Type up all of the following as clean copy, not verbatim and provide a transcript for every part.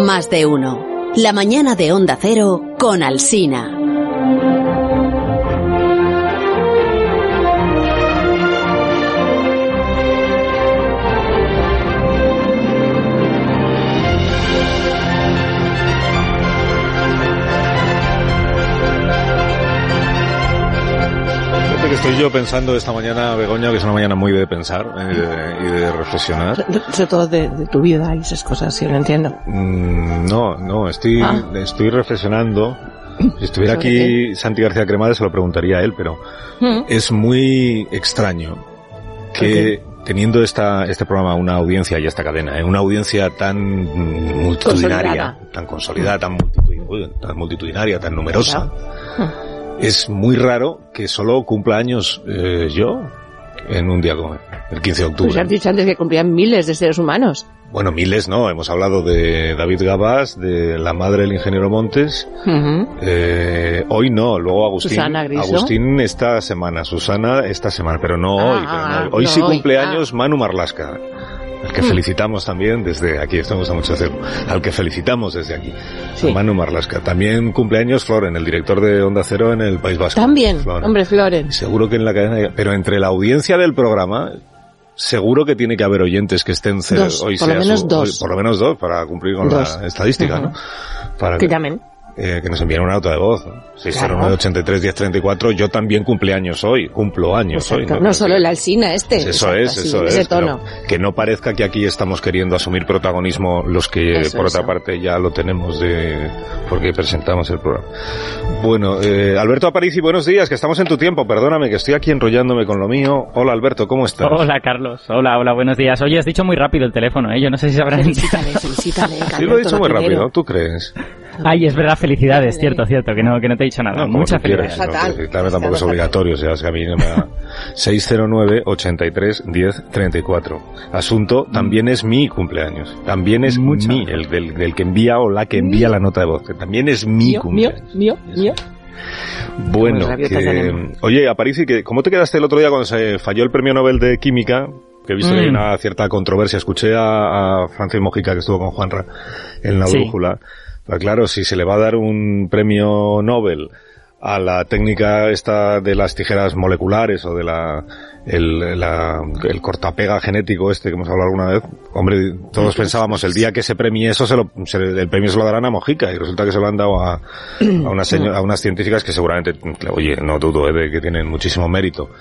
Más de uno. La mañana de Onda Cero con Alsina. Estoy yo pensando esta mañana, Begoña, que es una mañana muy de pensar y de reflexionar. Sobre todo de tu vida y esas cosas, yo no entiendo. No, estoy reflexionando. Si estuviera aquí Santi García Cremades se lo preguntaría a él, pero es muy extraño que teniendo este programa una audiencia y esta cadena, una audiencia tan multitudinaria, tan consolidada, tan multitudinaria, tan numerosa, es muy raro que solo cumpla años yo en un día como el 15 de octubre. Pues ya has dicho antes que cumplían miles de seres humanos. Bueno, miles no, hemos hablado de David Gabás, de la madre del ingeniero Montes, hoy no, luego Agustín esta semana, Susana esta semana, pero no hoy. Hoy sí cumpleaños Manu Marlasca, al que felicitamos también desde aquí, esto me gusta mucho hacerlo, al que felicitamos desde aquí, sí. Manu Marlasca. También cumpleaños Floren, el director de Onda Cero en el País Vasco. También, Floren. Hombre, Floren. Seguro que en la cadena, pero entre la audiencia del programa, seguro que tiene que haber oyentes que estén hoy por lo menos dos, para cumplir con la estadística, ¿no? Para que llamen. Que nos envíen una nota de voz, ¿no? 609-83-1034. Yo también cumpleaños hoy, cumplo años hoy. No solo el Alsina Eso es. Ese tono. Que no parezca que aquí estamos queriendo asumir protagonismo los que otra parte ya lo tenemos porque presentamos el programa. Bueno, Alberto Aparici, buenos días, que estamos en tu tiempo, perdóname que estoy aquí enrollándome con lo mío. Hola Alberto, ¿cómo estás? Hola Carlos, hola, buenos días. Oye, has dicho muy rápido el teléfono, yo no sé si sabrán. Felicítale. Sí, lo he dicho muy rápido, ¿tú crees? Ay, es verdad, felicidades, cierto, que no te he dicho nada. Muchas felicidades. Felicitarme tampoco es obligatorio, o sea, es que a mí no me da. 609-83-1034. Asunto, también es mi cumpleaños. También es el del que envía o la que envía la nota de voz. Que también es mi cumpleaños. Mío. Bueno, oye, Aparici, ¿cómo te quedaste el otro día cuando se falló el premio Nobel de Química? Que he visto que hay una cierta controversia. Escuché a Francis Mojica, que estuvo con Juanra en La Brújula. Pero claro, si se le va a dar un premio Nobel a la técnica esta de las tijeras moleculares o de el cortapega genético que hemos hablado alguna vez, hombre, todos pensábamos el día que se premie eso, el premio se lo darán a Mojica, y resulta que se lo han dado a unas científicas que seguramente, oye, no dudo de que tienen muchísimo mérito,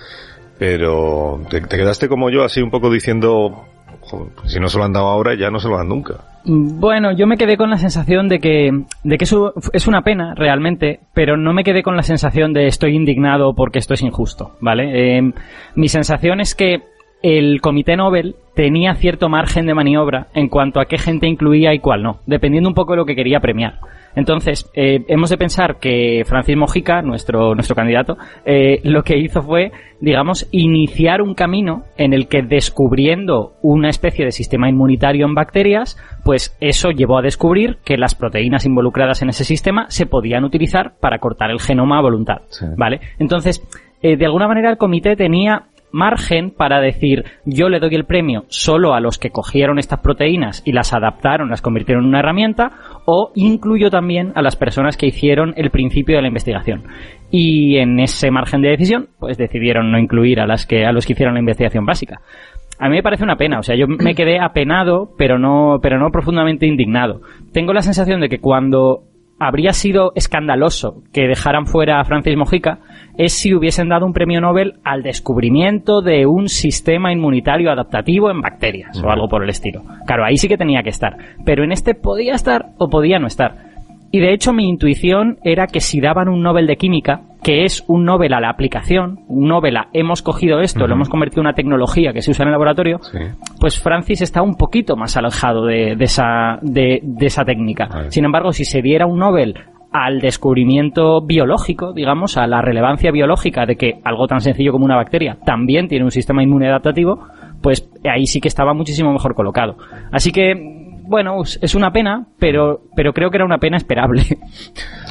pero te quedaste como yo así un poco diciendo, si no se lo han dado ahora, ya no se lo dan nunca. Bueno, yo me quedé con la sensación de que eso es una pena, realmente, pero no me quedé con la sensación de estoy indignado porque esto es injusto, ¿vale? Mi sensación es que el Comité Nobel tenía cierto margen de maniobra en cuanto a qué gente incluía y cuál no, dependiendo un poco de lo que quería premiar. Entonces, hemos de pensar que Francis Mojica, nuestro candidato, lo que hizo fue, digamos, iniciar un camino en el que, descubriendo una especie de sistema inmunitario en bacterias, pues eso llevó a descubrir que las proteínas involucradas en ese sistema se podían utilizar para cortar el genoma a voluntad, ¿vale? Entonces, de alguna manera el comité tenía margen para decir, yo le doy el premio solo a los que cogieron estas proteínas y las adaptaron, las convirtieron en una herramienta, o incluyo también a las personas que hicieron el principio de la investigación. Y en ese margen de decisión, pues decidieron no incluir a los que hicieron la investigación básica. A mí me parece una pena, o sea, yo me quedé apenado, pero no profundamente indignado. Tengo la sensación de que cuando habría sido escandaloso que dejaran fuera a Francis Mojica es si hubiesen dado un premio Nobel al descubrimiento de un sistema inmunitario adaptativo en bacterias o algo por el estilo. Claro, ahí sí que tenía que estar, pero en este podía estar o podía no estar. Y de hecho mi intuición era que si daban un Nobel de Química, que es un Nobel a la aplicación, un Nobel a hemos cogido esto, lo hemos convertido en una tecnología que se usa en el laboratorio, pues Francis está un poquito más alejado de esa técnica. Sin embargo, si se diera un Nobel al descubrimiento biológico, digamos, a la relevancia biológica de que algo tan sencillo como una bacteria también tiene un sistema inmune adaptativo, pues ahí sí que estaba muchísimo mejor colocado. Así que, bueno, es una pena, pero creo que era una pena esperable.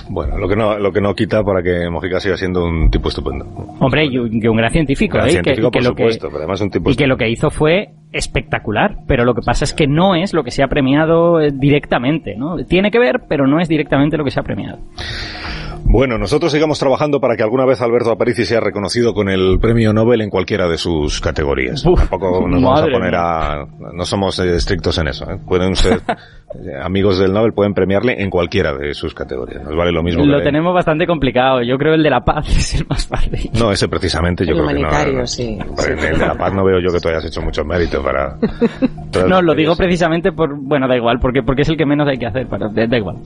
Bueno, lo que no quita para que Mojica siga siendo un tipo estupendo. Hombre, y un gran científico, científico, por supuesto, pero además un tipo que lo que hizo fue espectacular, pero lo que pasa es que no es lo que se ha premiado directamente, ¿no? Tiene que ver, pero no es directamente lo que se ha premiado. Bueno, nosotros sigamos trabajando para que alguna vez Alberto Aparici sea reconocido con el premio Nobel en cualquiera de sus categorías. Tampoco nos vamos a poner no somos estrictos en eso, ¿eh? Pueden ser amigos del Nobel, pueden premiarle en cualquiera de sus categorías. Nos vale lo mismo. Lo tenemos bastante complicado. Yo creo el de la paz es el más fácil. No, ese precisamente yo creo que no. Sí. En el de la paz no veo yo que tú hayas hecho mucho mérito para... No, lo digo precisamente bueno, da igual, porque es el que menos hay que hacer. Da igual.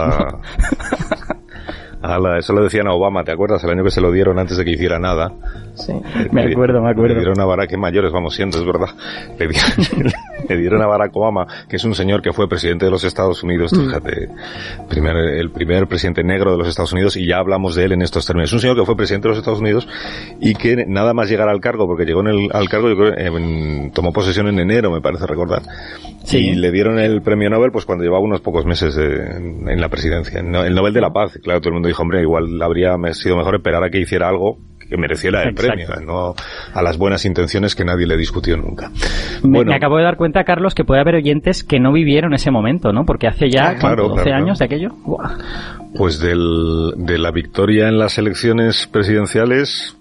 Eso lo decían a Obama, ¿te acuerdas? El año que se lo dieron antes de que hiciera nada. Sí, me acuerdo. Le dieron a Barack, qué mayores vamos siendo, es verdad. Le dieron a Barack Obama, que es un señor que fue presidente de los Estados Unidos, fíjate, el primer presidente negro de los Estados Unidos, y ya hablamos de él en estos términos. Es un señor que fue presidente de los Estados Unidos y que nada más llegar al cargo, porque llegó al cargo, yo creo, tomó posesión en enero, me parece recordar. Sí. Y le dieron el premio Nobel pues cuando llevaba unos pocos meses en la presidencia. El Nobel de la Paz, claro, todo el mundo dijo, hombre, igual habría sido mejor esperar a que hiciera algo que mereciera el premio, no a las buenas intenciones que nadie le discutió nunca. Me acabo de dar cuenta, Carlos, que puede haber oyentes que no vivieron ese momento, ¿no? Porque hace ya 12 años de aquello. ¡Buah! Pues de la victoria en las elecciones presidenciales...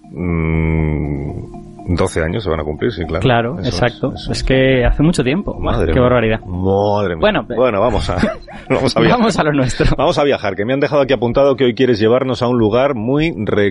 12 años se van a cumplir, sí, claro. Claro, eso exacto. Es que hace mucho tiempo. Qué barbaridad. Madre mía. Bueno, vamos a viajar. Vamos a lo nuestro. Vamos a viajar, que me han dejado aquí apuntado que hoy quieres llevarnos a un lugar muy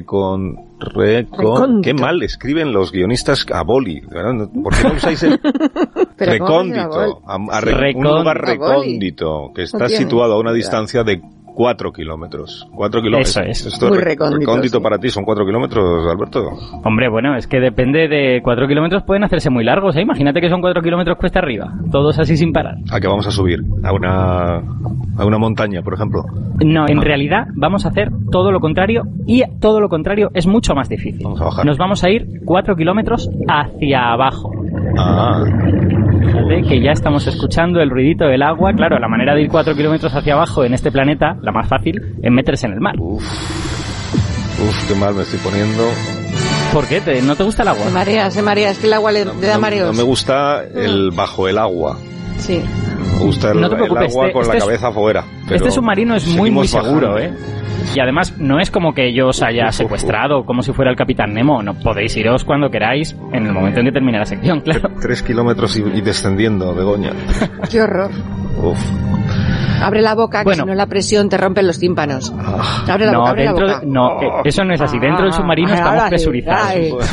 recóndito. Qué mal escriben los guionistas a boli. ¿Por qué no usáis el recóndito? Un lugar recóndito, que está situado a una distancia de 4 kilómetros. 4 kilómetros. Eso es. Esto muy recóndito para ti. ¿Son 4 kilómetros, Alberto? Hombre, bueno, es que depende de 4 kilómetros, pueden hacerse muy largos, ¿eh? Imagínate que son 4 kilómetros cuesta arriba. Todos así sin parar. ¿A qué vamos a subir? ¿A una montaña, por ejemplo? No, en realidad vamos a hacer todo lo contrario, y todo lo contrario es mucho más difícil. Vamos a bajar. Nos vamos a ir 4 kilómetros hacia abajo. Fíjate que ya estamos escuchando el ruidito del agua. Claro, la manera de ir 4 kilómetros hacia abajo en este planeta, la más fácil, es meterse en el mar. Uf, qué mal me estoy poniendo. ¿Por qué? ¿No te gusta el agua? Se marea, es que el agua le da mareos. No me gusta bajo el agua. Sí. Me gusta el agua con la cabeza afuera. Este submarino es muy seguro, ¿eh? Y además no es como que yo os haya secuestrado como si fuera el Capitán Nemo. No, podéis iros cuando queráis en el momento en que termine la sección, claro. 3 kilómetros y descendiendo, Begoña. Qué horror. Uf. Abre la boca, que si no la presión te rompen los tímpanos. Abre la boca. Eso no es así. Dentro del submarino estamos presurizados.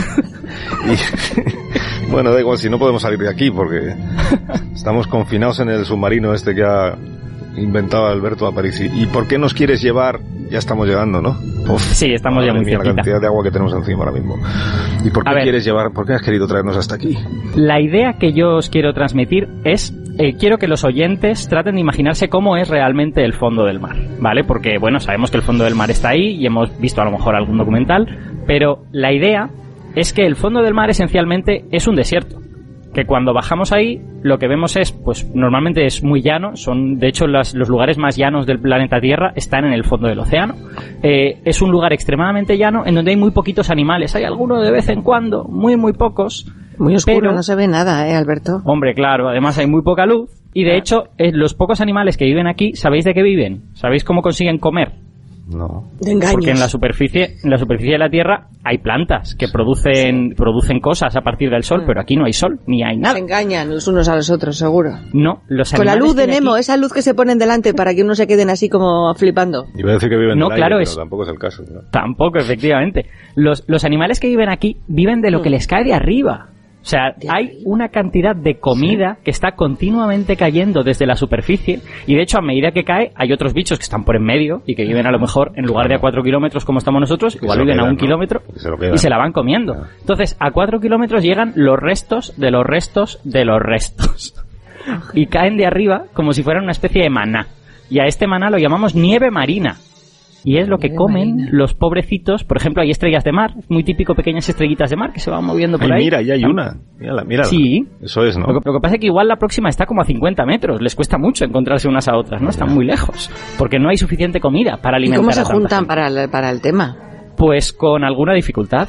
Bueno, da igual, si no podemos salir de aquí porque estamos confinados en el submarino este que ha inventado Alberto Aparici. ¿Y por qué nos quieres llevar? Ya estamos llegando, ¿no? Sí, estamos ya muy cerquita. La cantidad de agua que tenemos encima ahora mismo. ¿Y por qué quieres llevar? ¿Por qué has querido traernos hasta aquí? La idea que yo os quiero transmitir es quiero que los oyentes traten de imaginarse cómo es realmente el fondo del mar, ¿vale? Porque, bueno, sabemos que el fondo del mar está ahí y hemos visto a lo mejor algún documental, pero la idea es que el fondo del mar esencialmente es un desierto. Que cuando bajamos ahí, lo que vemos es, pues normalmente es muy llano, de hecho los lugares más llanos del planeta Tierra están en el fondo del océano. Es un lugar extremadamente llano en donde hay muy poquitos animales, hay algunos de vez en cuando, muy pocos. Muy oscuro, pero no se ve nada, Alberto. Hombre, claro, además hay muy poca luz y de hecho los pocos animales que viven aquí, ¿sabéis de qué viven? ¿Sabéis cómo consiguen comer? No. De engaños. Porque en la superficie de la Tierra hay plantas que producen cosas a partir del sol, pero aquí no hay sol, ni hay nada. Se engañan los unos a los otros, seguro. No, los animales. Con la luz de Nemo, aquí, esa luz que se ponen delante para que uno se queden así como flipando. Iba a decir que viven del aire, claro, pero tampoco es el caso. ¿No? Tampoco, efectivamente. Los animales que viven aquí viven de lo que les cae de arriba. O sea, hay una cantidad de comida que está continuamente cayendo desde la superficie y de hecho a medida que cae hay otros bichos que están por en medio y que viven a lo mejor en lugar de a 4 kilómetros como estamos nosotros, igual viven a 1 kilómetro y se la van comiendo. Entonces a 4 kilómetros llegan los restos de los restos de los restos y caen de arriba como si fueran una especie de maná y a este maná lo llamamos nieve marina. Y es lo que comen los pobrecitos. Por ejemplo, hay estrellas de mar, muy típico, pequeñas estrellitas de mar que se van moviendo por ahí. Mira, ya hay una. Mírala. Sí. Eso es, ¿no? Lo que pasa es que igual la próxima está como a 50 metros. Les cuesta mucho encontrarse unas a otras, ¿no? Están muy lejos. Porque no hay suficiente comida para alimentar a tanta gente. ¿Y cómo se juntan para el tema? Pues con alguna dificultad.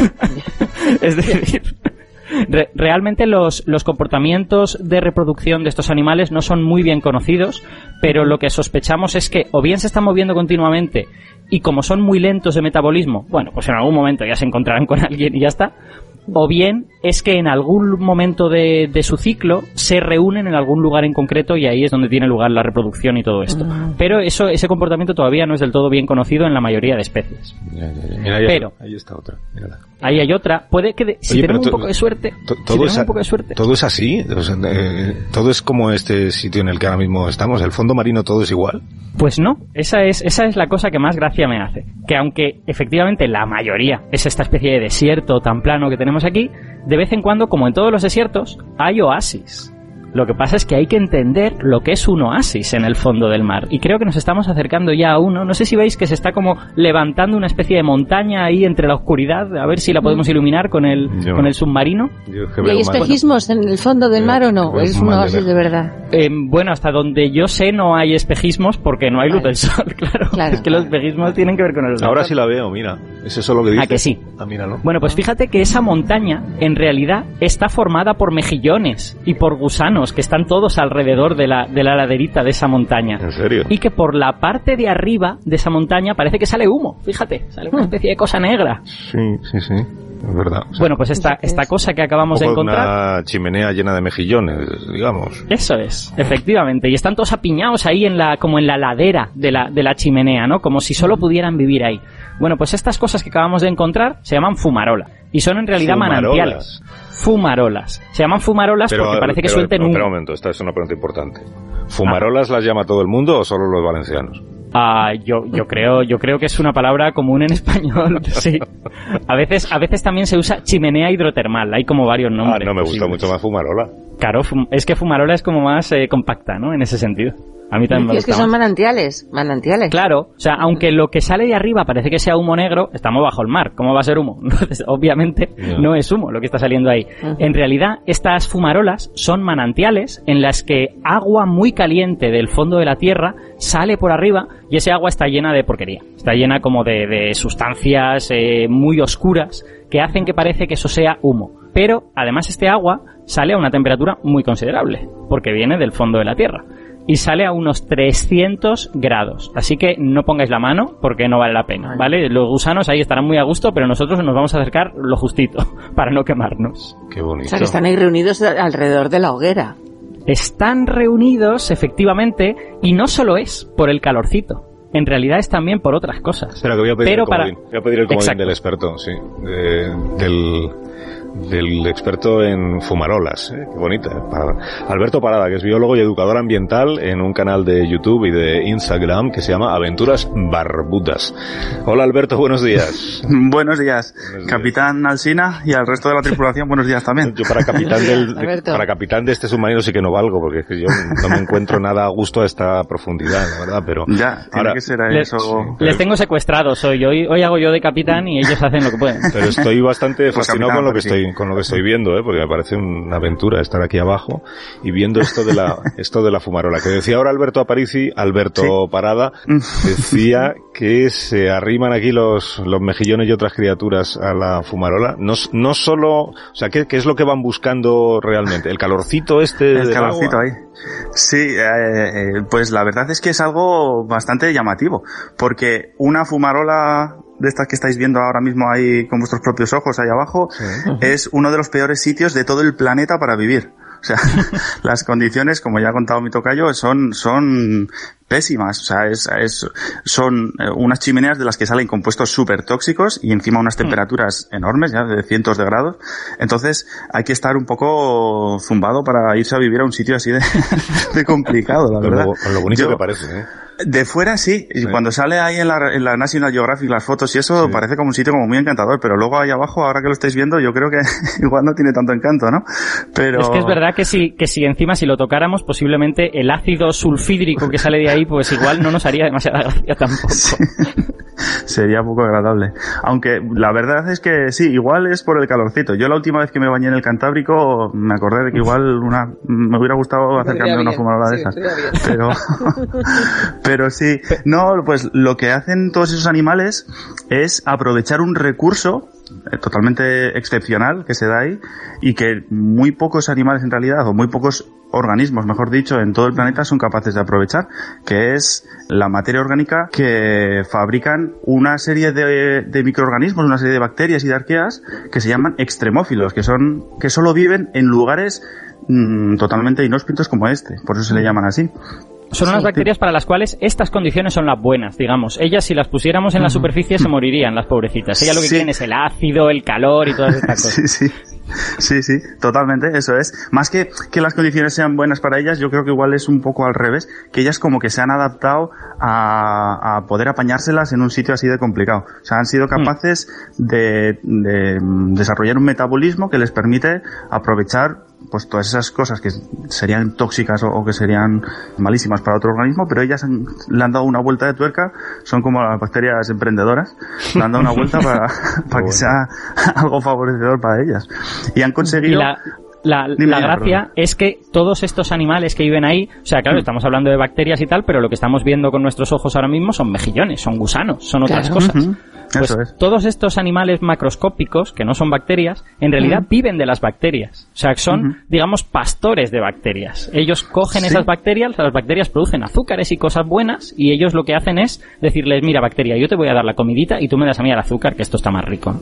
Es decir, realmente los comportamientos de reproducción de estos animales no son muy bien conocidos, pero lo que sospechamos es que o bien se están moviendo continuamente y como son muy lentos de metabolismo, bueno, pues en algún momento ya se encontrarán con alguien y ya está, o bien es que en algún momento de su ciclo se reúnen en algún lugar en concreto y ahí es donde tiene lugar la reproducción y todo esto. Pero ese comportamiento todavía no es del todo bien conocido en la mayoría de especies. Mira, pero ahí está otra. Mírala. Ahí hay otra. Puede que si tenemos un poco de suerte, todo es así. O sea, todo es como este sitio en el que ahora mismo estamos. El fondo marino todo es igual. Pues no. Esa es la cosa que más gracia me hace. Que aunque efectivamente la mayoría es esta especie de desierto tan plano que tenemos aquí, de vez en cuando, como en todos los desiertos, hay oasis. Lo que pasa es que hay que entender lo que es un oasis en el fondo del mar. Y creo que nos estamos acercando ya a uno. No sé si veis que se está como levantando una especie de montaña ahí entre la oscuridad. A ver si la podemos iluminar con el submarino. ¿Y hay espejismos en el fondo del mar o no? ¿Es un oasis de verdad? Bueno, hasta donde yo sé no hay espejismos porque no hay luz del sol, claro. Es que los espejismos tienen que ver con el sol. Ahora sí la veo, mira. ¿Es eso lo que dices? ¿A que sí? Míralo. Bueno, pues fíjate que esa montaña en realidad está formada por mejillones y por gusanos que están todos alrededor de la laderita de esa montaña. ¿En serio? Y que por la parte de arriba de esa montaña parece que sale humo. Fíjate, sale una especie de cosa negra. Sí. Es verdad. O sea, bueno, pues esta cosa que acabamos de encontrar... Una chimenea llena de mejillones, digamos. Eso es, efectivamente. Y están todos apiñados ahí como en la ladera de la chimenea, ¿no? Como si solo pudieran vivir ahí. Bueno, pues estas cosas que acabamos de encontrar se llaman fumarola. Y son en realidad manantiales. Fumarolas. Se llaman fumarolas porque parece que suelten un... Espera un momento, esta es una pregunta importante. ¿Fumarolas las llama todo el mundo o solo los valencianos? Yo creo que es una palabra común en español, sí. A veces también se usa chimenea hidrotermal, hay como varios nombres. No, me gusta mucho más fumarola. Claro, es que fumarola es como más compacta, ¿no? En ese sentido. A mí también me gusta. Es que son manantiales. Claro, o sea, aunque lo que sale de arriba parece que sea humo negro, estamos bajo el mar. ¿Cómo va a ser humo? Obviamente no es humo lo que está saliendo ahí. En realidad, estas fumarolas son manantiales en las que agua muy caliente del fondo de la tierra sale por arriba y ese agua está llena de porquería. Está llena como de sustancias muy oscuras que hacen que parece que eso sea humo. Pero, además, este agua sale a una temperatura muy considerable, porque viene del fondo de la tierra. Y sale a unos 300 grados. Así que no pongáis la mano porque no vale la pena, ¿vale? Los gusanos ahí estarán muy a gusto, pero nosotros nos vamos a acercar lo justito para no quemarnos. Qué bonito. O sea, que están ahí reunidos alrededor de la hoguera. Están reunidos, efectivamente, y no solo es por el calorcito. En realidad es también por otras cosas. Espera, que voy a pedir el comodín del experto, sí. Del experto en fumarolas, qué bonita. Alberto Parada, que es biólogo y educador ambiental en un canal de YouTube y de Instagram que se llama Aventuras Barbudas. Hola Alberto, buenos días. Buenos días, capitán Alsina, y al resto de la tripulación, buenos días también. Yo para capitán de este submarino sí que no valgo, porque es que yo no me encuentro nada a gusto a esta profundidad, la verdad, pero... Ya, tiene que ser eso. Les tengo secuestrados hoy hago yo de capitán y ellos hacen lo que pueden. Pero estoy bastante fascinado con lo que estoy viendo, porque me parece una aventura estar aquí abajo y viendo esto de la fumarola. Que decía ahora Alberto Parada, decía que se arriman aquí los mejillones y otras criaturas a la fumarola. No solo, o sea, ¿qué es lo que van buscando realmente? ¿El calorcito El calorcito ahí. Sí, pues la verdad es que es algo bastante llamativo, porque una fumarola de estas que estáis viendo ahora mismo ahí con vuestros propios ojos ahí abajo, es uno de los peores sitios de todo el planeta para vivir. O sea, las condiciones, como ya ha contado mi tocayo, son pésimas. O sea, son unas chimeneas de las que salen compuestos súper tóxicos y encima unas temperaturas enormes, ya de cientos de grados. Entonces, hay que estar un poco zumbado para irse a vivir a un sitio así de complicado, la verdad. Con lo bonito que parece, ¿eh? De fuera sí, y cuando sale ahí en la National Geographic las fotos y eso, parece como un sitio como muy encantador, pero luego ahí abajo, ahora que lo estáis viendo, yo creo que igual no tiene tanto encanto, ¿no? Pero... Es que es verdad que si encima si lo tocáramos, posiblemente el ácido sulfídrico que sale de ahí ahí, pues igual no nos haría demasiada gracia tampoco. Sí. Sería poco agradable. Aunque la verdad es que sí, igual es por el calorcito. Yo la última vez que me bañé en el Cantábrico me acordé de que igual me hubiera gustado acercarme a una fumarola de esas. Pero sí. No, pues lo que hacen todos esos animales es aprovechar un recurso totalmente excepcional que se da ahí y que muy pocos animales en realidad, o muy pocos organismos, mejor dicho, en todo el planeta son capaces de aprovechar, que es la materia orgánica que fabrican una serie de microorganismos, una serie de bacterias y de arqueas que se llaman extremófilos, que solo viven en lugares totalmente inhóspitos como este, por eso se le llaman así. Son unas bacterias para las cuales estas condiciones son las buenas, digamos. Ellas, si las pusiéramos en la superficie, se morirían, las pobrecitas. Ellas lo que quieren es el ácido, el calor y todas estas cosas. Sí, totalmente, eso es. Más que las condiciones sean buenas para ellas, yo creo que igual es un poco al revés, que ellas como que se han adaptado a poder apañárselas en un sitio así de complicado. O sea, han sido capaces de desarrollar un metabolismo que les permite aprovechar pues todas esas cosas que serían tóxicas o que serían malísimas para otro organismo, pero ellas le han dado una vuelta de tuerca, son como las bacterias emprendedoras, le han dado una vuelta para que sea algo favorecedor para ellas. Y han conseguido... La gracia es que todos estos animales que viven ahí, o sea, claro, estamos hablando de bacterias y tal, pero lo que estamos viendo con nuestros ojos ahora mismo son mejillones, son gusanos, son otras cosas. Pues todos estos animales macroscópicos, que no son bacterias, en realidad viven de las bacterias. O sea, son, digamos, pastores de bacterias. Ellos cogen esas bacterias, las bacterias producen azúcares y cosas buenas, y ellos lo que hacen es decirles, mira, bacteria, yo te voy a dar la comidita y tú me das a mí el azúcar, que esto está más rico.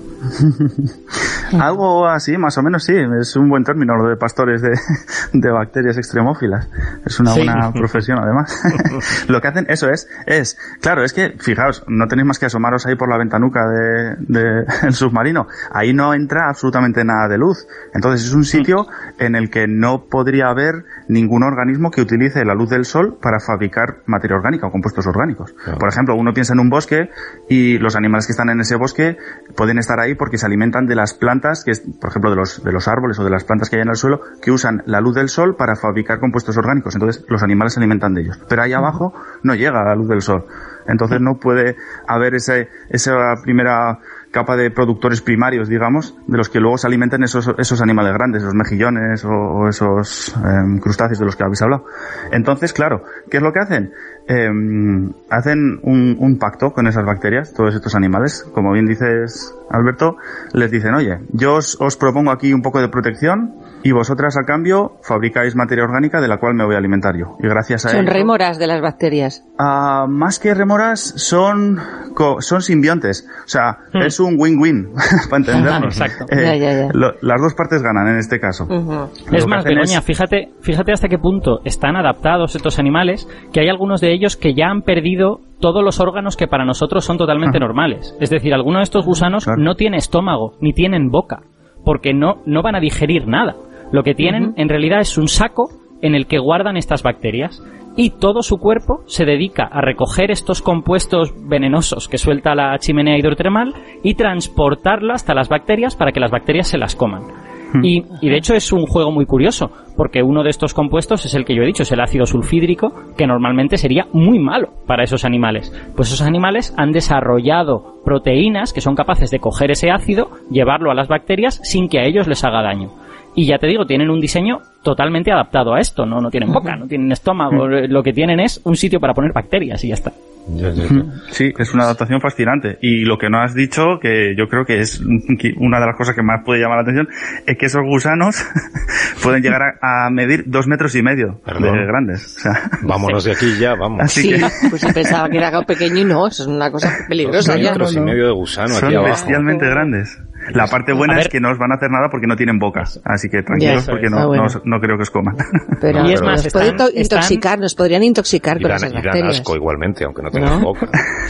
Algo así, más o menos sí. Es un buen término lo de pastores de bacterias extremófilas. Es una buena profesión, además. Lo que hacen, eso claro, es que, fijaos, no tenéis más que asomaros ahí por la ventanuca del submarino. Ahí no entra absolutamente nada de luz. Entonces es un sitio en el que no podría haber ningún organismo que utilice la luz del sol para fabricar materia orgánica o compuestos orgánicos. Claro. Por ejemplo, uno piensa en un bosque y los animales que están en ese bosque pueden estar ahí porque se alimentan de las plantas, por ejemplo, de los árboles o de las plantas que hay en el suelo, que usan la luz del sol para fabricar compuestos orgánicos. Entonces los animales se alimentan de ellos. Pero ahí abajo no llega la luz del sol. Entonces no puede haber esa primera capa de productores primarios, digamos, de los que luego se alimentan esos animales grandes, esos mejillones o esos crustáceos de los que habéis hablado. Entonces, claro, ¿qué es lo que hacen? Hacen un pacto con esas bacterias, todos estos animales. Como bien dices, Alberto, les dicen, oye, yo os propongo aquí un poco de protección y vosotras a cambio fabricáis materia orgánica de la cual me voy a alimentar yo. Y gracias a Son rémoras de las bacterias. Más que rémoras, son simbiontes. O sea, es un win-win, para entendernos. Exacto. Las dos partes ganan en este caso. Es más, Begoña, fíjate hasta qué punto están adaptados estos animales, que hay algunos de ellos que ya han perdido todos los órganos que para nosotros son totalmente normales. Es decir, algunos de estos gusanos no tienen estómago, ni tienen boca, porque no van a digerir nada. Lo que tienen en realidad es un saco en el que guardan estas bacterias, y todo su cuerpo se dedica a recoger estos compuestos venenosos que suelta la chimenea hidrotermal y transportarla hasta las bacterias para que las bacterias se las coman. Y de hecho es un juego muy curioso, porque uno de estos compuestos es el que yo he dicho, es el ácido sulfídrico, que normalmente sería muy malo para esos animales. Pues esos animales han desarrollado proteínas que son capaces de coger ese ácido, llevarlo a las bacterias sin que a ellos les haga daño. Y ya te digo, tienen un diseño totalmente adaptado a esto, no tienen boca, no tienen estómago, lo que tienen es un sitio para poner bacterias y ya está. Sí, es una adaptación fascinante. Y lo que no has dicho, que yo creo que es una de las cosas que más puede llamar la atención, es que esos gusanos pueden llegar a medir 2,5 metros de grandes. O sea, vámonos de aquí ya, vamos. Así que... pues yo pensaba que era algo pequeño y no, eso es una cosa peligrosa. 2,5 metros de gusano son aquí abajo. Bestialmente grandes. La parte buena es que no os van a hacer nada porque no tienen bocas, así que tranquilos porque no creo que os coman. Pero y es más, nos podrían intoxicar con esas bacterias. Y dan asco igualmente, aunque no tengan boca.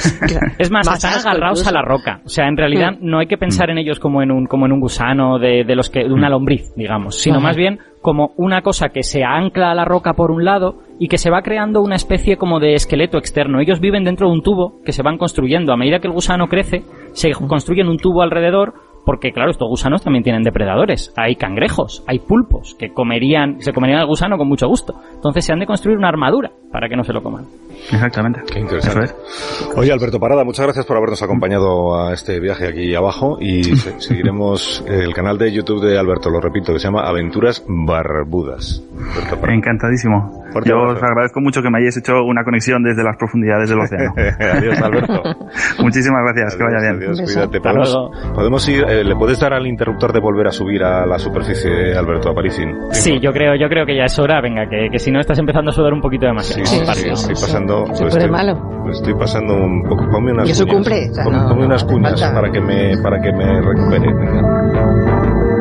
Es más, están agarrados a la roca. O sea, en realidad no hay que pensar en ellos como en un gusano de una lombriz, digamos, sino más bien como una cosa que se ancla a la roca por un lado y que se va creando una especie como de esqueleto externo. Ellos viven dentro de un tubo que se van construyendo. A medida que el gusano crece, se construyen un tubo alrededor porque claro, estos gusanos también tienen depredadores. Hay cangrejos, hay pulpos que se comerían al gusano con mucho gusto. Entonces se han de construir una armadura para que no se lo coman. Exactamente. Qué interesante. Oye, Alberto Parada, muchas gracias por habernos acompañado a este viaje aquí abajo y seguiremos el canal de YouTube de Alberto, lo repito, que se llama Aventuras Barbudas. Encantadísimo. Yo os agradezco mucho que me hayáis hecho una conexión desde las profundidades del océano. Adiós, Alberto. Muchísimas gracias, que vaya bien. Adiós, cuídate. ¿Podemos ir, le puedes dar al interruptor de volver a subir a la superficie, Alberto Aparici? Sí, yo creo que ya es hora, venga, que si no estás empezando a sudar un poquito demasiado. Sí, estoy pasando... Estoy pasando un poco... Ponme unas cuñas. Cumple, ponme unas cuñas para que me recupere. Venga.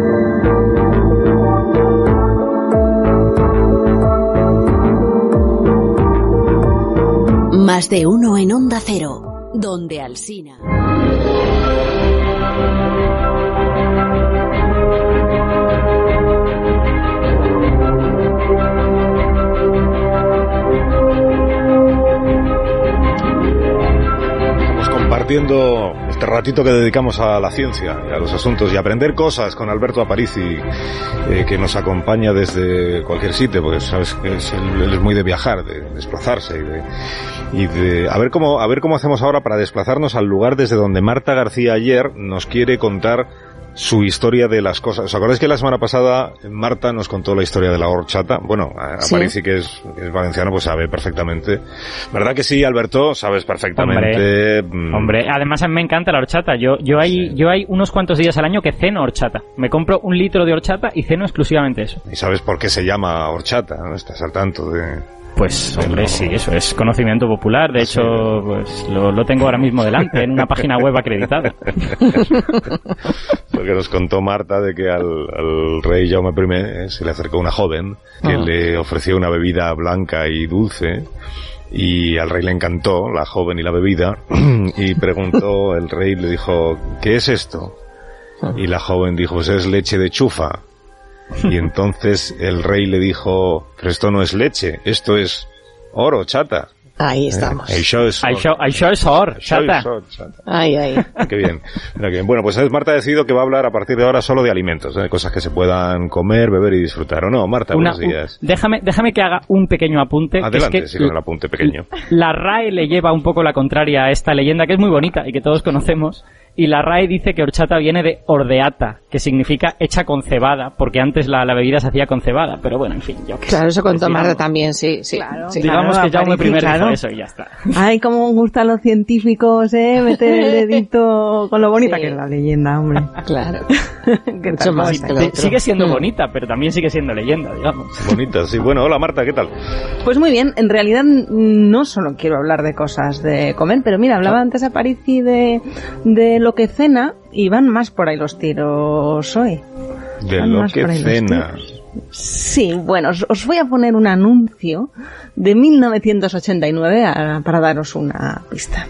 Más de uno en Onda Cero, donde Alsina. Compartiendo este ratito que dedicamos a la ciencia y a los asuntos y a aprender cosas con Alberto Aparici, que nos acompaña desde cualquier sitio, porque sabes que él es muy de viajar, de desplazarse y de a ver cómo hacemos ahora para desplazarnos al lugar desde donde Marta García ayer nos quiere contar su historia de las cosas. ¿Os acordáis que la semana pasada Marta nos contó la historia de la horchata? Bueno, Aparici, que es valenciano, pues sabe perfectamente. ¿Verdad que sí, Alberto? Sabes perfectamente. Hombre, además a mí me encanta la horchata. Yo hay unos cuantos días al año que ceno horchata. Me compro 1 litro de horchata y ceno exclusivamente eso. ¿Y sabes por qué se llama horchata? ¿No? ¿Estás al tanto de...? Pues hombre, sí, eso es conocimiento popular. De hecho, pues lo tengo ahora mismo delante, en una página web acreditada. Porque nos contó Marta de que al rey Jaume I se le acercó una joven que le ofreció una bebida blanca y dulce, y al rey le encantó la joven y la bebida, y preguntó, el rey le dijo, ¿qué es esto? Y la joven dijo, pues es leche de chufa. Y entonces el rey le dijo, pero esto no es leche, esto es oro, chata. Ahí estamos. Això es oro, chata. Ay. Qué bien. Mira, qué bien. Bueno, pues Marta ha decidido que va a hablar a partir de ahora solo de alimentos, de cosas que se puedan comer, beber y disfrutar. ¿O no, Marta? Buenos días. Déjame que haga un pequeño apunte. Adelante, que es que sí, con el apunte pequeño. La RAE le lleva un poco la contraria a esta leyenda, que es muy bonita y que todos conocemos. Y la RAE dice que horchata viene de ordeata, que significa hecha con cebada, porque antes la bebida se hacía con cebada, pero bueno, en fin. Claro, eso contó Marta también, sí. Claro, sí. Digamos que Jaume I dijo eso y ya está. Ay, cómo gustan los científicos, meter el dedito con lo bonita que es la leyenda, hombre. Claro. ¿Qué tal más? Sigue siendo bonita, pero también sigue siendo leyenda, digamos. Bonita, sí. Bueno, hola Marta, ¿qué tal? Pues muy bien, en realidad no solo quiero hablar de cosas de comer, pero mira, hablaba antes Aparici de lo que cena, y van más por ahí los tiros hoy. De lo que cena. Sí, bueno, os voy a poner un anuncio de 1989 para daros una pista.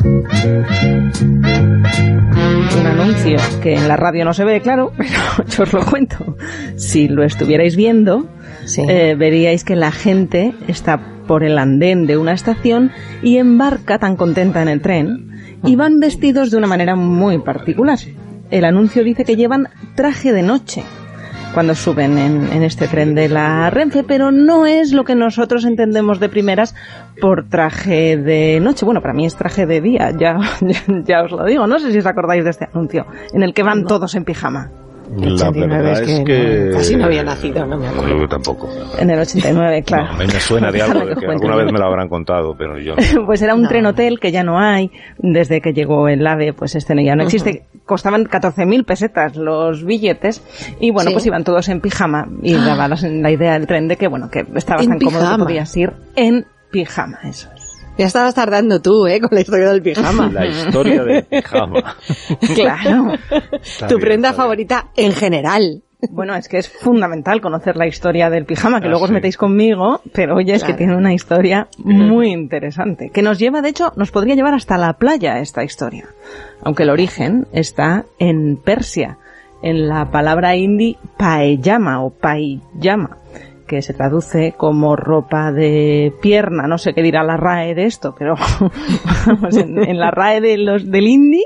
Un anuncio que en la radio no se ve, claro, pero yo os lo cuento. Si lo estuvierais viendo, veríais que la gente está por el andén de una estación y embarca tan contenta en el tren, y van vestidos de una manera muy particular. El anuncio dice que llevan traje de noche cuando suben en este tren de la Renfe, pero no es lo que nosotros entendemos de primeras por traje de noche. Bueno, para mí es traje de día, ya os lo digo. No sé si os acordáis de este anuncio en el que van todos en pijama. La verdad es que... Casi no había nacido, no me acuerdo. Yo tampoco. En el 89, claro. No, a mí me suena de algo, de que alguna vez me lo habrán contado, pero yo no. Pues era un tren hotel que ya no hay, desde que llegó el AVE, pues este ya no existe. Costaban 14.000 pesetas los billetes, y bueno, pues iban todos en pijama, y daba la idea del tren de que, bueno, que estabas tan cómodo que podías ir en pijama, eso es. Ya estabas tardando tú, con la historia del pijama. La historia del pijama. Claro. Tu prenda favorita en general. Bueno, es que es fundamental conocer la historia del pijama, que luego os metéis conmigo, pero oye, es que tiene una historia muy interesante, que nos lleva, de hecho, nos podría llevar hasta la playa esta historia, aunque el origen está en Persia, en la palabra hindi paeyama o paiyama, que se traduce como ropa de pierna. No sé qué dirá la RAE de esto, pero vamos, en la RAE del hindi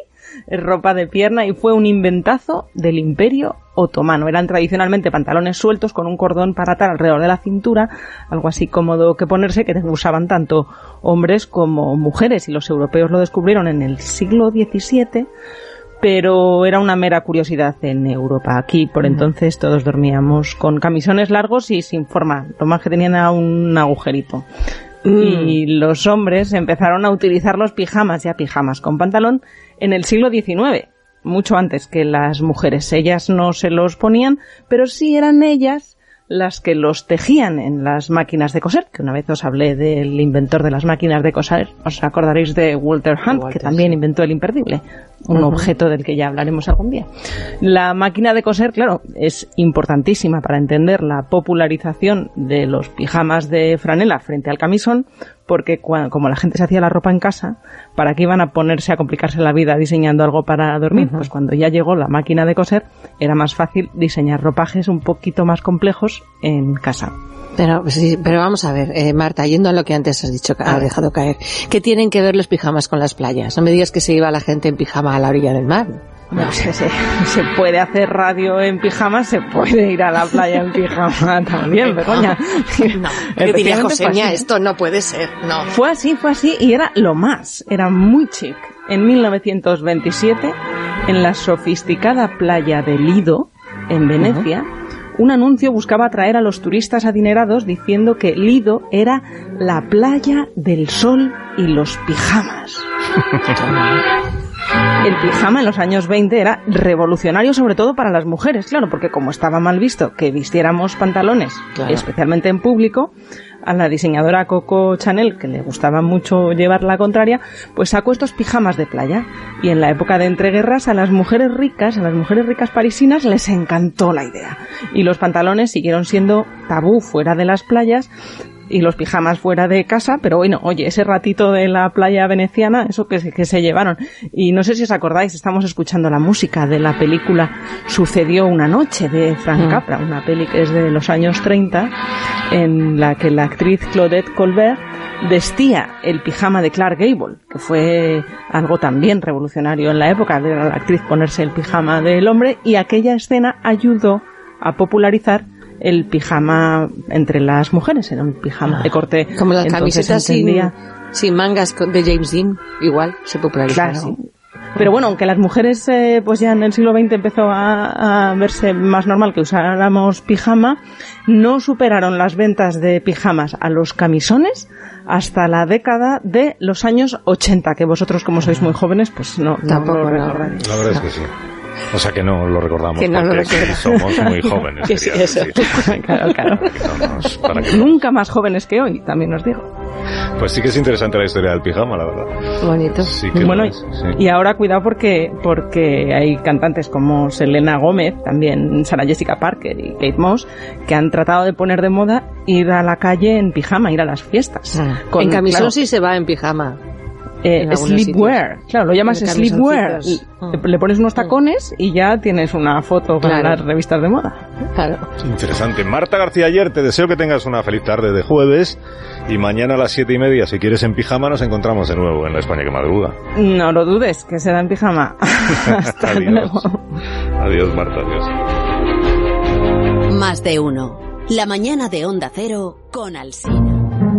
ropa de pierna y fue un inventazo del Imperio Otomano. Eran tradicionalmente pantalones sueltos con un cordón para atar alrededor de la cintura, algo así cómodo que ponerse, que usaban tanto hombres como mujeres, y los europeos lo descubrieron en el siglo XVII, pero era una mera curiosidad en Europa. Aquí, por entonces, todos dormíamos con camisones largos y sin forma. Lo más que tenían era un agujerito. Y los hombres empezaron a utilizar los pijamas con pantalón en el siglo XIX, mucho antes que las mujeres. Ellas no se los ponían, pero sí eran ellas las que los tejían en las máquinas de coser, que una vez os hablé del inventor de las máquinas de coser. Os acordaréis de Walter Hunt, que también inventó el imperdible, un objeto del que ya hablaremos algún día. La máquina de coser, claro, es importantísima para entender la popularización de los pijamas de franela frente al camisón, porque como la gente se hacía la ropa en casa, ¿para qué iban a ponerse a complicarse la vida diseñando algo para dormir? Pues cuando ya llegó la máquina de coser, era más fácil diseñar ropajes un poquito más complejos en casa. Pero vamos a ver, Marta, yendo a lo que antes has dicho, has dejado caer, ¿qué tienen que ver los pijamas con las playas? No me digas que se iba la gente en pijama a la orilla del mar. No sé, se puede hacer radio en pijama, se puede ir a la playa en pijama también, Begoña. No, ¿qué diría Joseña? Esto no puede ser, no. Fue así, y era lo más, era muy chic. En 1927, en la sofisticada playa de Lido, en Venecia, un anuncio buscaba atraer a los turistas adinerados diciendo que Lido era la playa del sol y los pijamas. El pijama en los años 20 era revolucionario, sobre todo para las mujeres, claro, porque como estaba mal visto que vistiéramos pantalones, especialmente en público, a la diseñadora Coco Chanel, que le gustaba mucho llevar la contraria, pues sacó estos pijamas de playa. Y en la época de entreguerras, a las mujeres ricas parisinas, les encantó la idea. Y los pantalones siguieron siendo tabú fuera de las playas, y los pijamas fuera de casa, pero bueno, oye, ese ratito de la playa veneciana, eso que se llevaron. Y no sé si os acordáis, estamos escuchando la música de la película Sucedió una noche, de Frank Capra, una peli que es de los años 30, en la que la actriz Claudette Colbert vestía el pijama de Clark Gable, que fue algo también revolucionario en la época, de la actriz ponerse el pijama del hombre, y aquella escena ayudó a popularizar el pijama entre las mujeres. Era un pijama de corte, como la camiseta sin mangas de James Dean, igual se popularizaron. Claro, sí. Pero bueno, aunque las mujeres pues ya en el siglo XX empezó a verse más normal que usáramos pijama, no superaron las ventas de pijamas a los camisones hasta la década de los años 80, que vosotros, como sois muy jóvenes, pues no lo recordaréis. La verdad es que sí. O sea que no lo recordamos, que no porque somos muy jóvenes. Que sí, eso. Sí. Claro. Nunca más jóvenes que hoy, también os digo. Pues sí que es interesante la historia del pijama, la verdad. Bonito. Sí que bueno, sí. Y ahora cuidado porque hay cantantes como Selena Gómez, también Sarah Jessica Parker y Kate Moss, que han tratado de poner de moda ir a la calle en pijama, ir a las fiestas. En camisón sí se va en pijama. Sleepwear, claro, lo llamas sleepwear. Le pones unos tacones y ya tienes una foto para las revistas de moda. Claro. Interesante. Marta García Ayer, te deseo que tengas una feliz tarde de jueves, y mañana a las 7:30, si quieres en pijama, nos encontramos de nuevo en La España que madruga. No lo dudes, que será en pijama. Hasta luego. Adiós, Marta, adiós. Más de uno. La mañana de Onda Cero con Alsina.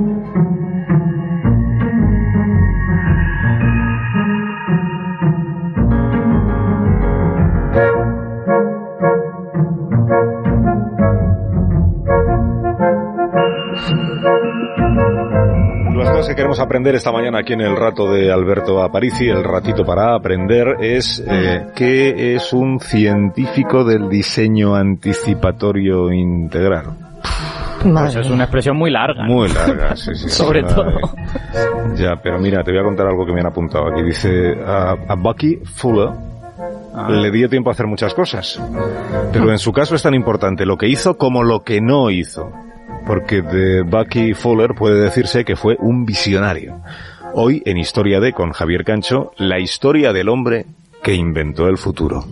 Las cosas que queremos aprender esta mañana aquí en el rato de Alberto Aparici, el ratito para aprender, es ¿qué es un científico del diseño anticipatorio integral? Pues es una expresión muy larga. Muy larga, sí. Sobre todo. Ya, pero mira, te voy a contar algo que me han apuntado aquí. Dice, a Bucky Fuller le dio tiempo a hacer muchas cosas, pero en su caso es tan importante lo que hizo como lo que no hizo. Porque de Bucky Fuller puede decirse que fue un visionario. Hoy, en Historia de con Javier Cancho, la historia del hombre que inventó el futuro.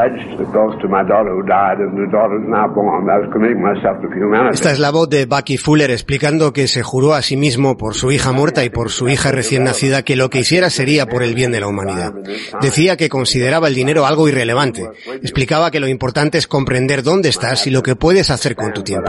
Esta es la voz de Bucky Fuller explicando que se juró a sí mismo por su hija muerta y por su hija recién nacida que lo que hiciera sería por el bien de la humanidad. Decía que consideraba el dinero algo irrelevante. Explicaba que lo importante es comprender dónde estás y lo que puedes hacer con tu tiempo.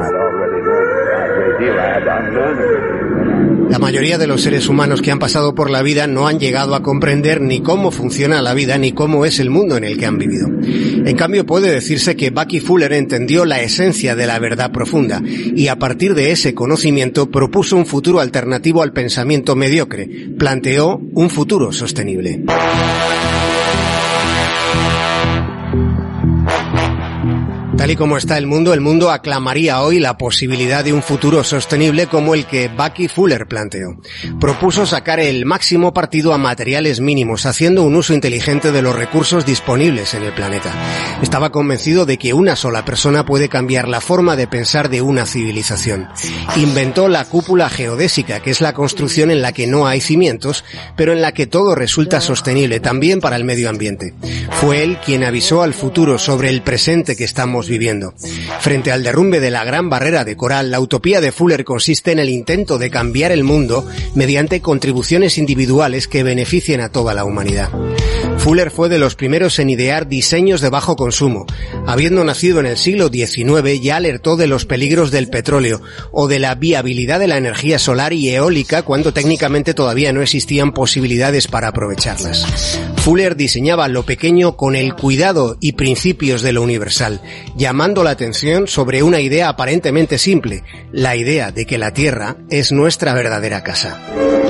La mayoría de los seres humanos que han pasado por la vida no han llegado a comprender ni cómo funciona la vida ni cómo es el mundo en el que han vivido. En cambio, puede decirse que Bucky Fuller entendió la esencia de la verdad profunda y a partir de ese conocimiento propuso un futuro alternativo al pensamiento mediocre. Planteó un futuro sostenible. Tal y como está el mundo aclamaría hoy la posibilidad de un futuro sostenible como el que Bucky Fuller planteó. Propuso sacar el máximo partido a materiales mínimos, haciendo un uso inteligente de los recursos disponibles en el planeta. Estaba convencido de que una sola persona puede cambiar la forma de pensar de una civilización. Inventó la cúpula geodésica, que es la construcción en la que no hay cimientos, pero en la que todo resulta sostenible, también para el medio ambiente. Fue él quien avisó al futuro sobre el presente que estamos viviendo. Frente al derrumbe de la Gran Barrera de Coral, la utopía de Fuller consiste en el intento de cambiar el mundo mediante contribuciones individuales que beneficien a toda la humanidad. Fuller fue de los primeros en idear diseños de bajo consumo. Habiendo nacido en el siglo XIX, ya alertó de los peligros del petróleo o de la viabilidad de la energía solar y eólica cuando técnicamente todavía no existían posibilidades para aprovecharlas. Fuller diseñaba lo pequeño con el cuidado y principios de lo universal, llamando la atención sobre una idea aparentemente simple, la idea de que la Tierra es nuestra verdadera casa.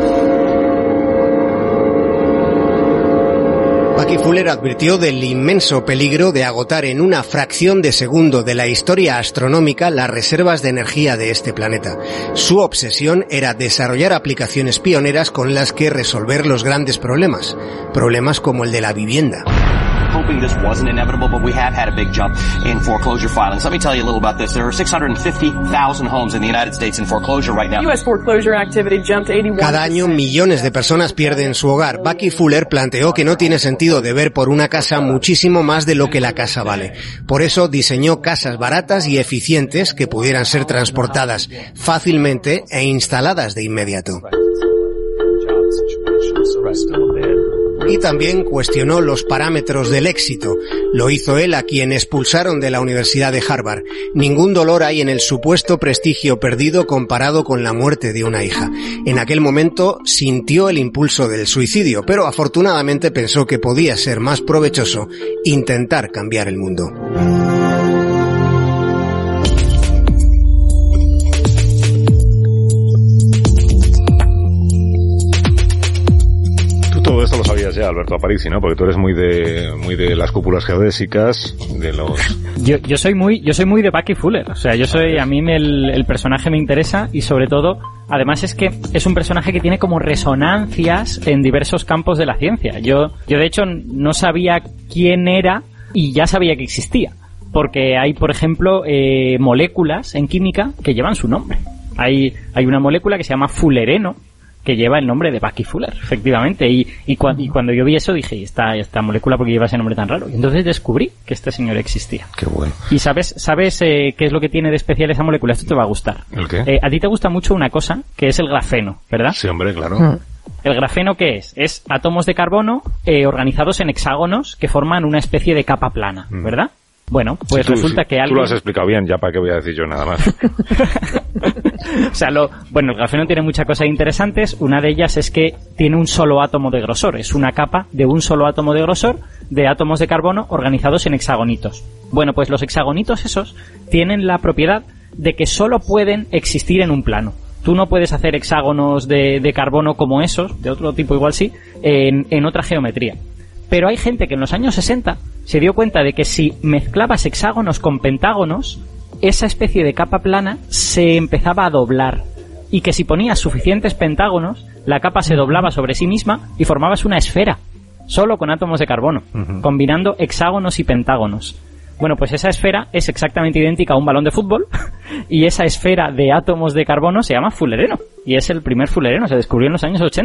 Bucky Fuller advirtió del inmenso peligro de agotar en una fracción de segundo de la historia astronómica las reservas de energía de este planeta. Su obsesión era desarrollar aplicaciones pioneras con las que resolver los grandes problemas como el de la vivienda. Hoping this wasn't inevitable, but we have had a big jump in foreclosure filings. Let me tell you a little about this. There are 650,000 homes in the United States in foreclosure right now. US foreclosure activity jumped 81%. Cada año millones de personas pierden su hogar. Bucky Fuller planteó que no tiene sentido deber por una casa muchísimo más de lo que la casa vale. Por eso diseñó casas baratas y eficientes que pudieran ser transportadas fácilmente e instaladas de inmediato. Y también cuestionó los parámetros del éxito. Lo hizo él a quien expulsaron de la Universidad de Harvard. Ningún dolor hay en el supuesto prestigio perdido comparado con la muerte de una hija. En aquel momento sintió el impulso del suicidio, pero afortunadamente pensó que podía ser más provechoso intentar cambiar el mundo. Todo esto lo sabías ya, Alberto Aparici, ¿no? Porque tú eres muy de las cúpulas geodésicas, de los... Yo soy muy de Bucky Fuller. O sea, a mí el personaje me interesa y sobre todo, además es que es un personaje que tiene como resonancias en diversos campos de la ciencia. Yo de hecho no sabía quién era y ya sabía que existía. Porque hay, por ejemplo, moléculas en química que llevan su nombre. Hay una molécula que se llama fullereno, que lleva el nombre de Bucky Fuller, efectivamente, y cuando yo vi eso dije, esta molécula porque lleva ese nombre tan raro, y entonces descubrí que este señor existía. Qué bueno. ¿Y sabes qué es lo que tiene de especial esa molécula? Esto te va a gustar. ¿El qué? A ti te gusta mucho una cosa, que es el grafeno, ¿verdad? Sí, hombre, claro. ¿El grafeno qué es? Es átomos de carbono organizados en hexágonos que forman una especie de capa plana, ¿verdad? Bueno, pues sí, resulta que alguien... Tú lo has explicado bien, ya para qué voy a decir yo nada más. O sea, el grafeno tiene muchas cosas interesantes. Una de ellas es que tiene un solo átomo de grosor. Es una capa de un solo átomo de grosor de átomos de carbono organizados en hexagonitos. Bueno, pues los hexagonitos esos tienen la propiedad de que solo pueden existir en un plano. Tú no puedes hacer hexágonos de carbono como esos, de otro tipo igual sí, en otra geometría. Pero hay gente que en los años 60 se dio cuenta de que si mezclabas hexágonos con pentágonos, esa especie de capa plana se empezaba a doblar. Y que si ponías suficientes pentágonos, la capa se doblaba sobre sí misma y formabas una esfera, solo con átomos de carbono, combinando hexágonos y pentágonos. Bueno, pues esa esfera es exactamente idéntica a un balón de fútbol y esa esfera de átomos de carbono se llama fullereno. Y es el primer fullereno, se descubrió en los años 80.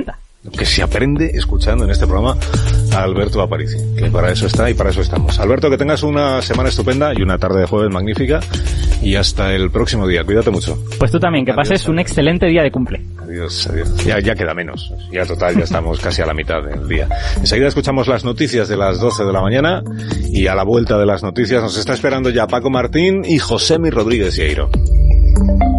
lo que se aprende escuchando en este programa a Alberto Aparici, que para eso está y para eso estamos. Alberto, que tengas una semana estupenda y una tarde de jueves magnífica, y hasta el próximo día. Cuídate mucho. Pues tú también, que pases un excelente día de cumple. Adiós. Ya queda menos. Ya total, ya estamos casi a la mitad del día. Enseguida escuchamos las noticias de las 12 de la mañana, y a la vuelta de las noticias nos está esperando ya Paco Martín y Josemi Rodríguez Sieiro.